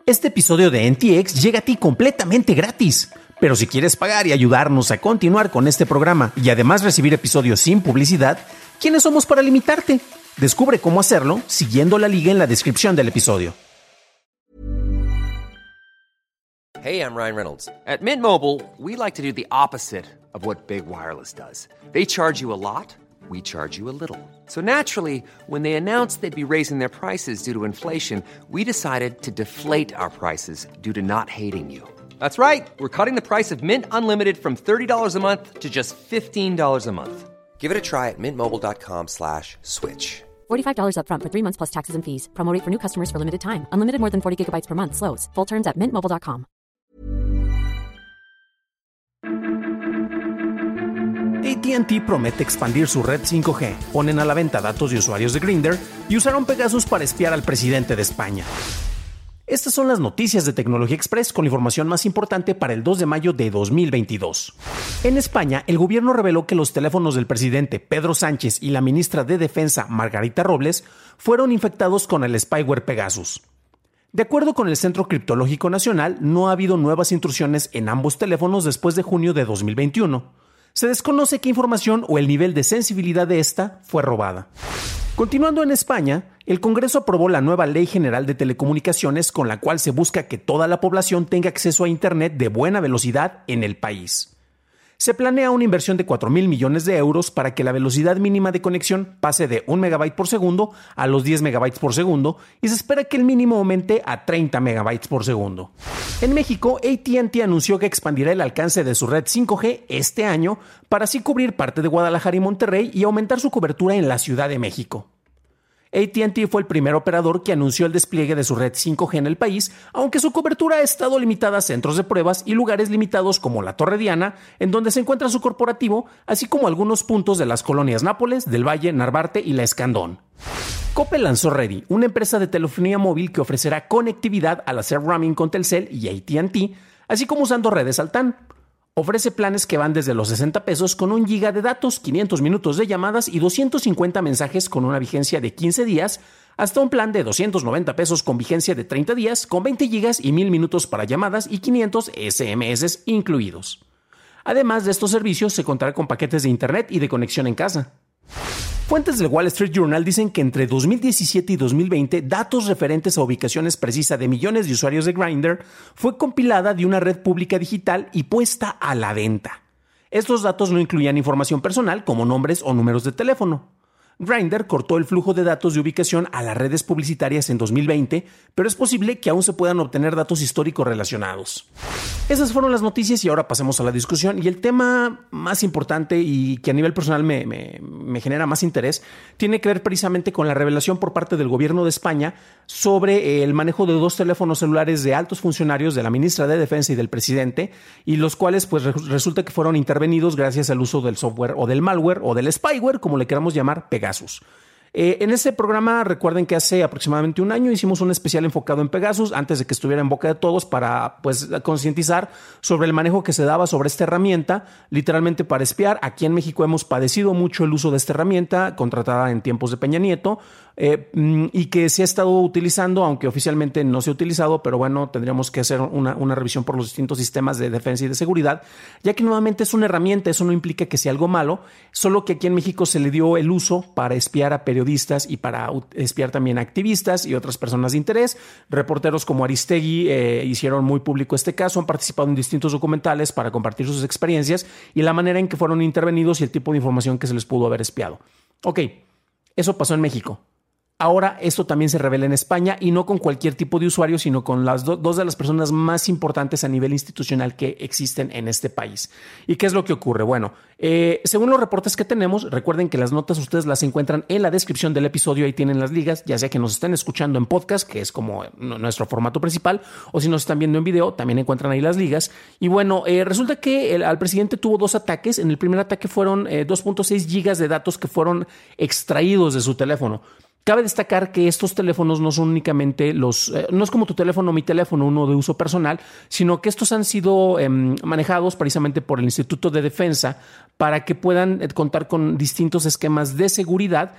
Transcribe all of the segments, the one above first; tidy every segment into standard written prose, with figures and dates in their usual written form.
Este episodio de NTX llega a ti completamente gratis. Pero si quieres pagar y ayudarnos a continuar con este programa y además recibir episodios sin publicidad, ¿quiénes somos para limitarte? Descubre cómo hacerlo siguiendo la liga en la descripción del episodio. Hey, I'm Ryan Reynolds. At Mint Mobile, we like to do the opposite of what Big Wireless does. They charge you a lot, we charge you a little. So naturally, when they announced they'd be raising their prices due to inflation, we decided to deflate our prices due to not hating you. That's right. We're cutting the price of Mint Unlimited from $30 a month to just $15 a month. Give it a try at mintmobile.com/switch. $45 up front for 3 months plus taxes and fees. Promo rate for new customers for limited time. Unlimited more than 40 gigabytes per month. Slows full terms at mintmobile.com. AT&T promete expandir su red 5G, ponen a la venta datos de usuarios de Grindr y usaron Pegasus para espiar al presidente de España. Estas son las noticias de Tecnología Express con la información más importante para el 2 de mayo de 2022. En España, el gobierno reveló que los teléfonos del presidente Pedro Sánchez y la ministra de Defensa Margarita Robles fueron infectados con el spyware Pegasus. De acuerdo con el Centro Criptológico Nacional, no ha habido nuevas intrusiones en ambos teléfonos después de junio de 2021. Se desconoce qué información o el nivel de sensibilidad de esta fue robada. Continuando en España, el Congreso aprobó la nueva Ley General de Telecomunicaciones con la cual se busca que toda la población tenga acceso a Internet de buena velocidad en el país. Se planea una inversión de 4,000 millones de euros para que la velocidad mínima de conexión pase de 1 megabyte por segundo a los 10 megabytes por segundo y se espera que el mínimo aumente a 30 megabytes por segundo. En México, AT&T anunció que expandirá el alcance de su red 5G este año para así cubrir parte de Guadalajara y Monterrey y aumentar su cobertura en la Ciudad de México. AT&T fue el primer operador que anunció el despliegue de su red 5G en el país, aunque su cobertura ha estado limitada a centros de pruebas y lugares limitados como la Torre Diana, en donde se encuentra su corporativo, así como algunos puntos de las colonias Nápoles, del Valle, Narvarte y La Escandón. Coppel lanzó Ready, una empresa de telefonía móvil que ofrecerá conectividad al hacer roaming con Telcel y AT&T, así como usando redes Altán. Ofrece planes que van desde los 60 pesos con 1 giga de datos, 500 minutos de llamadas y 250 mensajes con una vigencia de 15 días, hasta un plan de 290 pesos con vigencia de 30 días, con 20 gigas y 1000 minutos para llamadas y 500 SMS incluidos. Además de estos servicios, se contará con paquetes de internet y de conexión en casa. Fuentes del Wall Street Journal dicen que entre 2017 y 2020, datos referentes a ubicaciones precisas de millones de usuarios de Grindr fue compilada de una red pública digital y puesta a la venta. Estos datos no incluían información personal como nombres o números de teléfono. Grindr cortó el flujo de datos de ubicación a las redes publicitarias en 2020, pero es posible que aún se puedan obtener datos históricos relacionados. Esas fueron las noticias y ahora pasemos a la discusión. Y el tema más importante y que a nivel personal me genera más interés tiene que ver precisamente con la revelación por parte del gobierno de España sobre el manejo de 2 teléfonos celulares de altos funcionarios de la ministra de Defensa y del presidente, y los cuales pues resulta que fueron intervenidos gracias al uso del software o del malware o del spyware, como le queramos llamar, Pegasus. En este programa, recuerden que hace aproximadamente un año hicimos un especial enfocado en Pegasus antes de que estuviera en boca de todos para pues concientizar sobre el manejo que se daba sobre esta herramienta, literalmente para espiar. Aquí en México hemos padecido mucho el uso de esta herramienta, contratada en tiempos de Peña Nieto, y que se ha estado utilizando, aunque oficialmente no se ha utilizado, pero bueno, tendríamos que hacer una revisión por los distintos sistemas de defensa y de seguridad, ya que nuevamente es una herramienta, eso no implica que sea algo malo, solo que aquí en México se le dio el uso para espiar a periodistas y para espiar también a activistas y otras personas de interés. Reporteros como Aristegui hicieron muy público este caso, han participado en distintos documentales para compartir sus experiencias y la manera en que fueron intervenidos y el tipo de información que se les pudo haber espiado. Ok, eso pasó en México. Ahora esto también se revela en España y no con cualquier tipo de usuario, sino con las dos de las personas más importantes a nivel institucional que existen en este país. ¿Y qué es lo que ocurre? Bueno, según los reportes que tenemos, recuerden que las notas ustedes las encuentran en la descripción del episodio, ahí tienen las ligas, ya sea que nos estén escuchando en podcast, que es como nuestro formato principal, o si nos están viendo en video, también encuentran ahí las ligas. Y bueno, resulta que al presidente tuvo 2 ataques. En el primer ataque fueron 2.6 gigas de datos que fueron extraídos de su teléfono. Cabe destacar que estos teléfonos no son únicamente no es como tu teléfono o mi teléfono, uno de uso personal, sino que estos han sido manejados precisamente por el Instituto de Defensa para que puedan contar con distintos esquemas de seguridad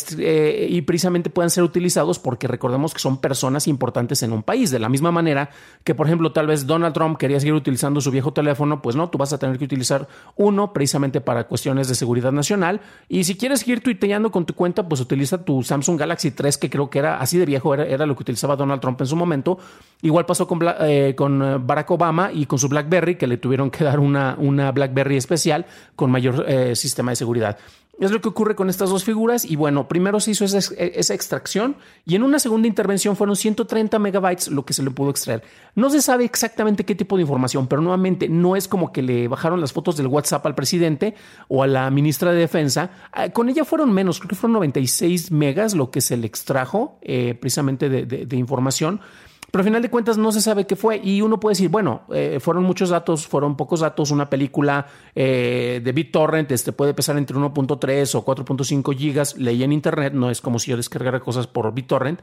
y precisamente puedan ser utilizados porque recordemos que son personas importantes en un país. De la misma manera que, por ejemplo, tal vez Donald Trump quería seguir utilizando su viejo teléfono, pues no, tú vas a tener que utilizar uno precisamente para cuestiones de seguridad nacional. Y si quieres seguir tuiteando con tu cuenta, pues utiliza tu Samsung Galaxy 3, que creo que era así de viejo, era lo que utilizaba Donald Trump en su momento. Igual pasó con Barack Obama y con su BlackBerry, que le tuvieron que dar una BlackBerry especial con mayor sistema de seguridad. Es lo que ocurre con estas dos figuras y bueno, primero se hizo esa extracción y en una segunda intervención fueron 130 megabytes lo que se le pudo extraer. No se sabe exactamente qué tipo de información, pero nuevamente no es como que le bajaron las fotos del WhatsApp al presidente o a la ministra de Defensa. Con ella fueron menos, creo que fueron 96 megas lo que se le extrajo precisamente de información. Pero al final de cuentas no se sabe qué fue y uno puede decir, bueno, fueron muchos datos, fueron pocos datos, una película de BitTorrent puede pesar entre 1.3 o 4.5 gigas, leí en internet, no es como si yo descargara cosas por BitTorrent.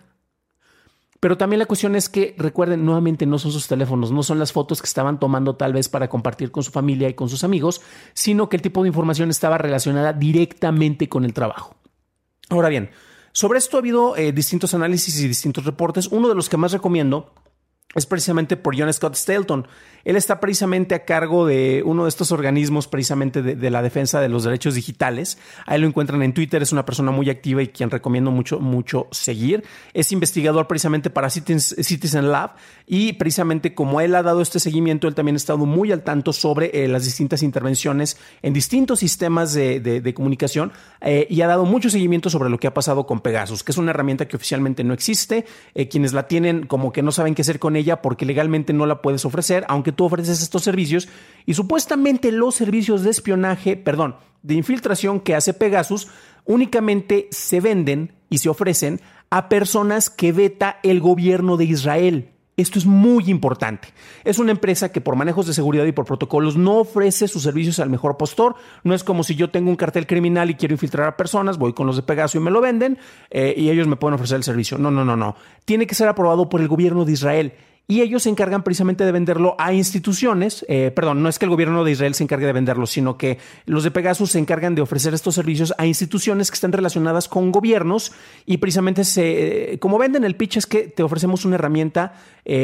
Pero también la cuestión es que, recuerden, nuevamente no son sus teléfonos, no son las fotos que estaban tomando tal vez para compartir con su familia y con sus amigos, sino que el tipo de información estaba relacionada directamente con el trabajo. Ahora bien, sobre esto ha habido distintos análisis y distintos reportes. Uno de los que más recomiendo es precisamente por John Scott Stelton. Él está precisamente a cargo de uno de estos organismos precisamente de la defensa de los derechos digitales. Ahí lo encuentran en Twitter, es una persona muy activa y quien recomiendo mucho seguir. Es investigador precisamente para Citizen Lab y precisamente como él ha dado este seguimiento, él también ha estado muy al tanto sobre las distintas intervenciones en distintos sistemas de comunicación y ha dado mucho seguimiento sobre lo que ha pasado con Pegasus, que es una herramienta que oficialmente no existe. Quienes la tienen como que no saben qué hacer con ella porque legalmente no la puedes ofrecer, aunque tú ofreces estos servicios y supuestamente los servicios de espionaje, de infiltración que hace Pegasus únicamente se venden y se ofrecen a personas que veta el gobierno de Israel. Esto es muy importante. Es una empresa que por manejos de seguridad y por protocolos no ofrece sus servicios al mejor postor. No es como si yo tengo un cartel criminal y quiero infiltrar a personas, voy con los de Pegasus y me lo venden y ellos me pueden ofrecer el servicio. No. Tiene que ser aprobado por el gobierno de Israel. Y ellos se encargan precisamente de venderlo a instituciones. No es que el gobierno de Israel se encargue de venderlo, sino que los de Pegasus se encargan de ofrecer estos servicios a instituciones que están relacionadas con gobiernos y precisamente como venden el pitch es que te ofrecemos una herramienta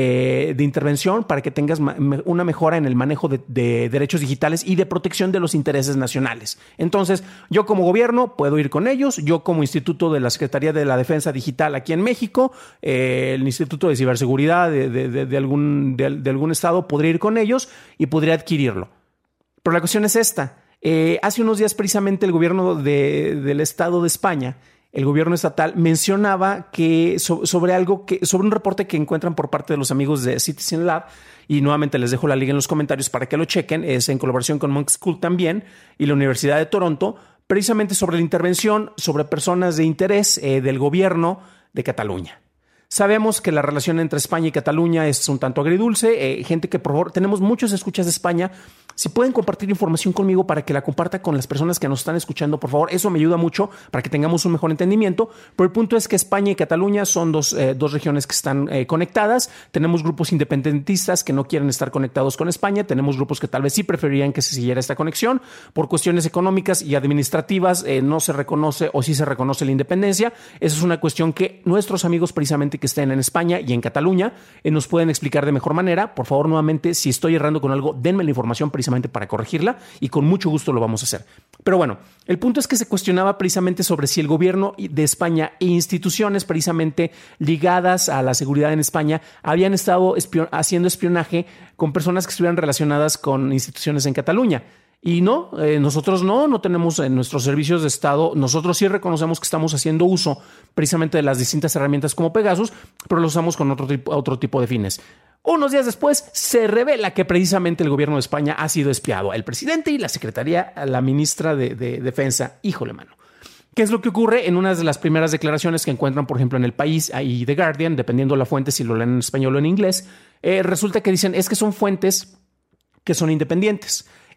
de intervención para que tengas una mejora en el manejo de derechos digitales y de protección de los intereses nacionales. Entonces, yo como gobierno puedo ir con ellos, yo como instituto de la Secretaría de la Defensa Digital aquí en México, el Instituto de Ciberseguridad de algún estado, podría ir con ellos y podría adquirirlo. Pero la cuestión es esta. Hace unos días precisamente el gobierno del estado de España, el gobierno estatal, mencionaba que sobre un reporte que encuentran por parte de los amigos de Citizen Lab, y nuevamente les dejo la liga en los comentarios para que lo chequen, es en colaboración con Monk School también y la Universidad de Toronto, precisamente sobre la intervención sobre personas de interés del gobierno de Cataluña. Sabemos que la relación entre España y Cataluña es un tanto agridulce. Gente que, por favor, tenemos muchos escuchas de España. Si pueden compartir información conmigo para que la comparta con las personas que nos están escuchando, por favor, eso me ayuda mucho para que tengamos un mejor entendimiento. Pero el punto es que España y Cataluña son dos regiones que están conectadas. Tenemos grupos independentistas que no quieren estar conectados con España. Tenemos grupos que tal vez sí preferirían que se siguiera esta conexión. Por cuestiones económicas y administrativas no se reconoce o sí se reconoce la independencia. Esa es una cuestión que nuestros amigos precisamente que estén en España y en Cataluña nos pueden explicar de mejor manera. Por favor, nuevamente, si estoy errando con algo, denme la información precisamente para corregirla y con mucho gusto lo vamos a hacer. Pero bueno, el punto es que se cuestionaba precisamente sobre si el gobierno de España e instituciones precisamente ligadas a la seguridad en España habían estado haciendo espionaje con personas que estuvieran relacionadas con instituciones en Cataluña. Y no, nosotros no tenemos en nuestros servicios de Estado, nosotros sí reconocemos que estamos haciendo uso precisamente de las distintas herramientas como Pegasus, pero lo usamos con otro tipo de fines. Unos días después se revela que precisamente el gobierno de España ha sido espiado. El presidente y la secretaría, la ministra de Defensa. Híjole, mano. ¿Qué es lo que ocurre? En una de las primeras declaraciones que encuentran, por ejemplo, en El País y The Guardian, dependiendo de la fuente, si lo leen en español o en inglés, resulta que dicen es que son fuentes que son independientes.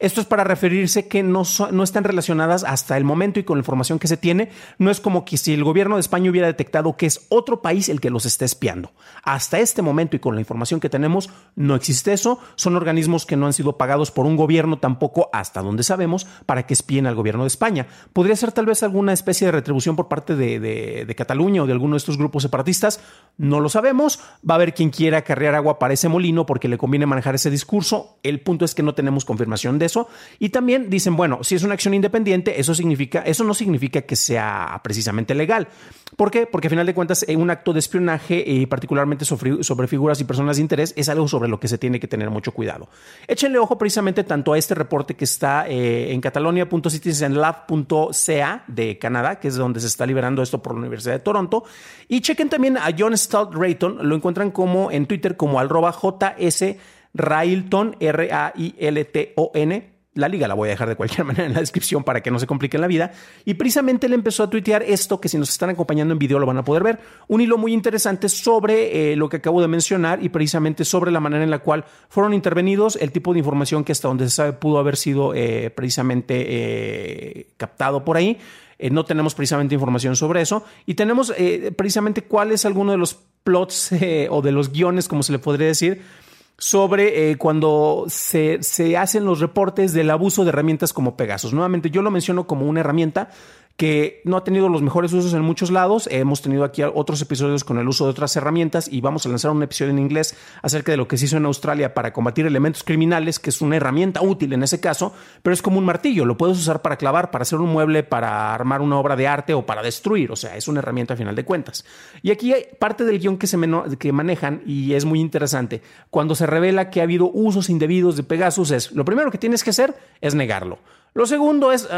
Esto es para referirse que no están relacionadas hasta el momento y con la información que se tiene. No es como que si el gobierno de España hubiera detectado que es otro país el que los está espiando. Hasta este momento y con la información que tenemos, no existe eso. Son organismos que no han sido pagados por un gobierno tampoco, hasta donde sabemos, para que espíen al gobierno de España. Podría ser tal vez alguna especie de retribución por parte de Cataluña o de alguno de estos grupos separatistas. No lo sabemos. Va a haber quien quiera acarrear agua para ese molino porque le conviene manejar ese discurso. El punto es que no tenemos confirmación de eso. Y también dicen, bueno, si es una acción independiente, eso no significa que sea precisamente legal. ¿Por qué? Porque a final de cuentas un acto de espionaje y particularmente sobre figuras y personas de interés es algo sobre lo que se tiene que tener mucho cuidado. Échenle ojo precisamente tanto a este reporte que está en catalonia.citizenlab.ca de Canadá, que es donde se está liberando esto por la Universidad de Toronto, y chequen también a John Stott Rayton. Lo encuentran como en Twitter como @JS_Railton, RAILTON. La liga la voy a dejar de cualquier manera en la descripción para que no se compliquen la vida. Y precisamente él empezó a tuitear esto, que si nos están acompañando en video lo van a poder ver. Un hilo muy interesante sobre lo que acabo de mencionar y precisamente sobre la manera en la cual fueron intervenidos, el tipo de información que hasta donde se sabe pudo haber sido precisamente captado por ahí. No tenemos precisamente información sobre eso. Y tenemos precisamente cuál es alguno de los plots o de los guiones, como se le podría decir, sobre cuando se hacen los reportes del abuso de herramientas como Pegasus. Nuevamente, yo lo menciono como una herramienta que no ha tenido los mejores usos en muchos lados. Hemos tenido aquí otros episodios con el uso de otras herramientas y vamos a lanzar un episodio en inglés acerca de lo que se hizo en Australia para combatir elementos criminales, que es una herramienta útil en ese caso, pero es como un martillo. Lo puedes usar para clavar, para hacer un mueble, para armar una obra de arte o para destruir. O sea, es una herramienta a final de cuentas. Y aquí hay parte del guión que manejan y es muy interesante. Cuando se revela que ha habido usos indebidos de Pegasus, lo primero que tienes que hacer es negarlo. Lo segundo es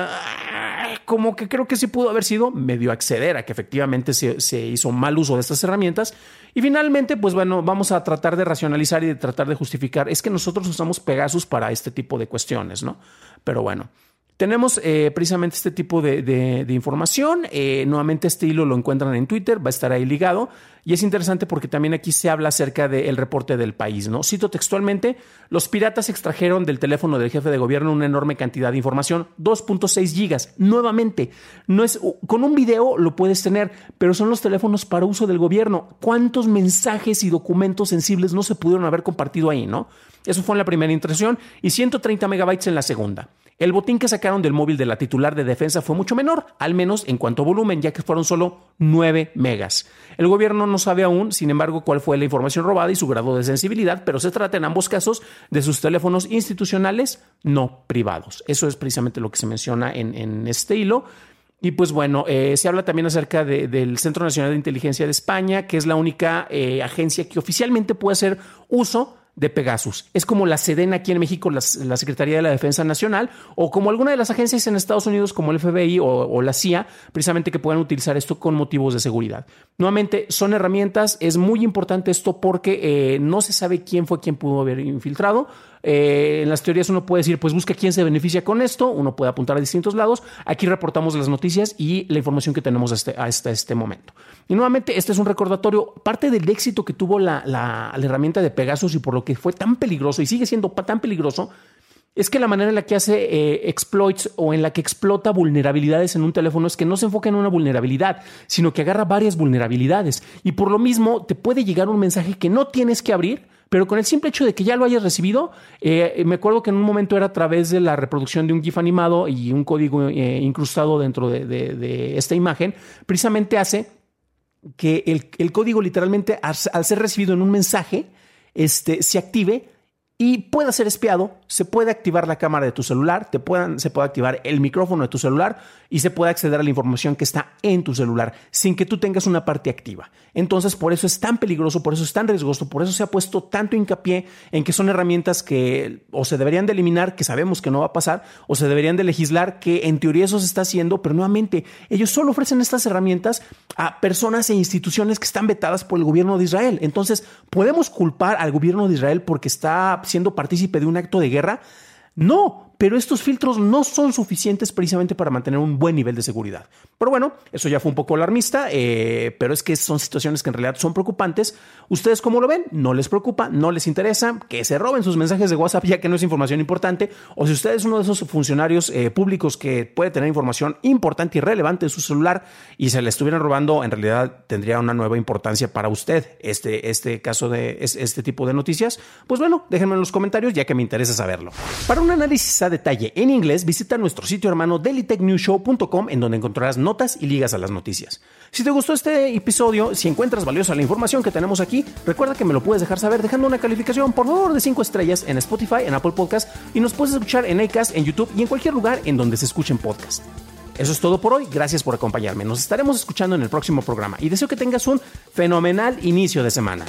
como que creo que sí pudo haber sido medio acceder a que efectivamente se hizo mal uso de estas herramientas. Y finalmente, pues bueno, vamos a tratar de racionalizar y de tratar de justificar. Es que nosotros usamos Pegasus para este tipo de cuestiones, ¿no? Pero bueno, tenemos precisamente este tipo de información. Nuevamente este hilo lo encuentran en Twitter, va a estar ahí ligado. Y es interesante porque también aquí se habla acerca del reporte del país, ¿no? Cito textualmente: los piratas extrajeron del teléfono del jefe de gobierno una enorme cantidad de información, 2.6 gigas. Nuevamente, no es, con un video lo puedes tener, pero son los teléfonos para uso del gobierno. ¿Cuántos mensajes y documentos sensibles no se pudieron haber compartido ahí, no? Eso fue en la primera impresión y 130 megabytes en la segunda. El botín que sacaron del móvil de la titular de defensa fue mucho menor, al menos en cuanto a volumen, ya que fueron solo 9 megas. El gobierno no sabe aún, sin embargo, cuál fue la información robada y su grado de sensibilidad, pero se trata en ambos casos de sus teléfonos institucionales, no privados. Eso es precisamente lo que se menciona en este hilo. Y pues bueno, se habla también acerca del Centro Nacional de Inteligencia de España, que es la única agencia que oficialmente puede hacer uso de Pegasus. Es como la Sedena aquí en México, la Secretaría de la Defensa Nacional, o como alguna de las agencias en Estados Unidos como el FBI o la CIA, precisamente que puedan utilizar esto con motivos de seguridad. Nuevamente, son herramientas. Es muy importante esto porque no se sabe quién fue quien pudo haber infiltrado. En las teorías uno puede decir, pues busca quién se beneficia con esto. Uno puede apuntar a distintos lados. Aquí reportamos las noticias y la información que tenemos hasta este momento. Y nuevamente, este es un recordatorio. Parte del éxito que tuvo la herramienta de Pegasus y por lo que fue tan peligroso y sigue siendo tan peligroso es que la manera en la que hace exploits o en la que explota vulnerabilidades en un teléfono es que no se enfoca en una vulnerabilidad, sino que agarra varias vulnerabilidades. Y por lo mismo te puede llegar un mensaje que no tienes que abrir, pero con el simple hecho de que ya lo hayas recibido. Me acuerdo que en un momento era a través de la reproducción de un GIF animado y un código incrustado dentro de esta imagen, precisamente hace que el código literalmente al ser recibido en un mensaje se active y pueda ser espiado. Se puede activar la cámara de tu celular, se puede activar el micrófono de tu celular y se puede acceder a la información que está en tu celular sin que tú tengas una parte activa. Entonces, por eso es tan peligroso, por eso es tan riesgoso, por eso se ha puesto tanto hincapié en que son herramientas que o se deberían de eliminar, que sabemos que no va a pasar, o se deberían de legislar, que en teoría eso se está haciendo, pero nuevamente ellos solo ofrecen estas herramientas a personas e instituciones que están vetadas por el gobierno de Israel. Entonces, ¿podemos culpar al gobierno de Israel porque está siendo partícipe de un acto de guerra? No, pero estos filtros no son suficientes precisamente para mantener un buen nivel de seguridad. Pero bueno, eso ya fue un poco alarmista, pero es que son situaciones que en realidad son preocupantes. ¿Ustedes cómo lo ven? ¿No les preocupa? ¿No les interesa? ¿Que se roben sus mensajes de WhatsApp ya que no es información importante? O si usted es uno de esos funcionarios públicos que puede tener información importante y relevante en su celular y se le estuvieran robando, en realidad tendría una nueva importancia para usted este caso de este tipo de noticias. Pues bueno, déjenme en los comentarios ya que me interesa saberlo. Para un análisis a detalle en inglés, visita nuestro sitio hermano dailytechnewsshow.com, en donde encontrarás notas y ligas a las noticias. Si te gustó este episodio, si encuentras valiosa la información que tenemos aquí, recuerda que me lo puedes dejar saber dejando una calificación, por favor, de 5 estrellas en Spotify, en Apple Podcast, y nos puedes escuchar en Acast, en YouTube y en cualquier lugar en donde se escuchen podcasts. Eso es todo por hoy, gracias por acompañarme. Nos estaremos escuchando en el próximo programa y deseo que tengas un fenomenal inicio de semana.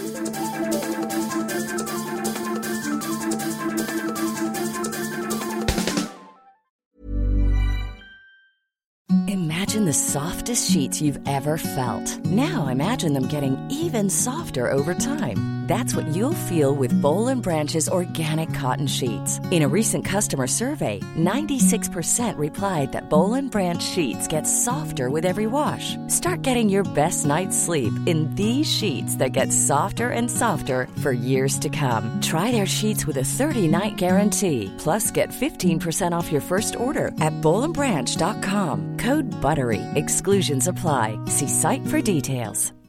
Imagine the softest sheets you've ever felt. Now imagine them getting even softer over time. That's what you'll feel with Boll & Branch's organic cotton sheets. In a recent customer survey, 96% replied that Boll & Branch sheets get softer with every wash. Start getting your best night's sleep in these sheets that get softer and softer for years to come. Try their sheets with a 30-night guarantee. Plus, get 15% off your first order at bollandbranch.com. Code BUTTERY. Exclusions apply. See site for details.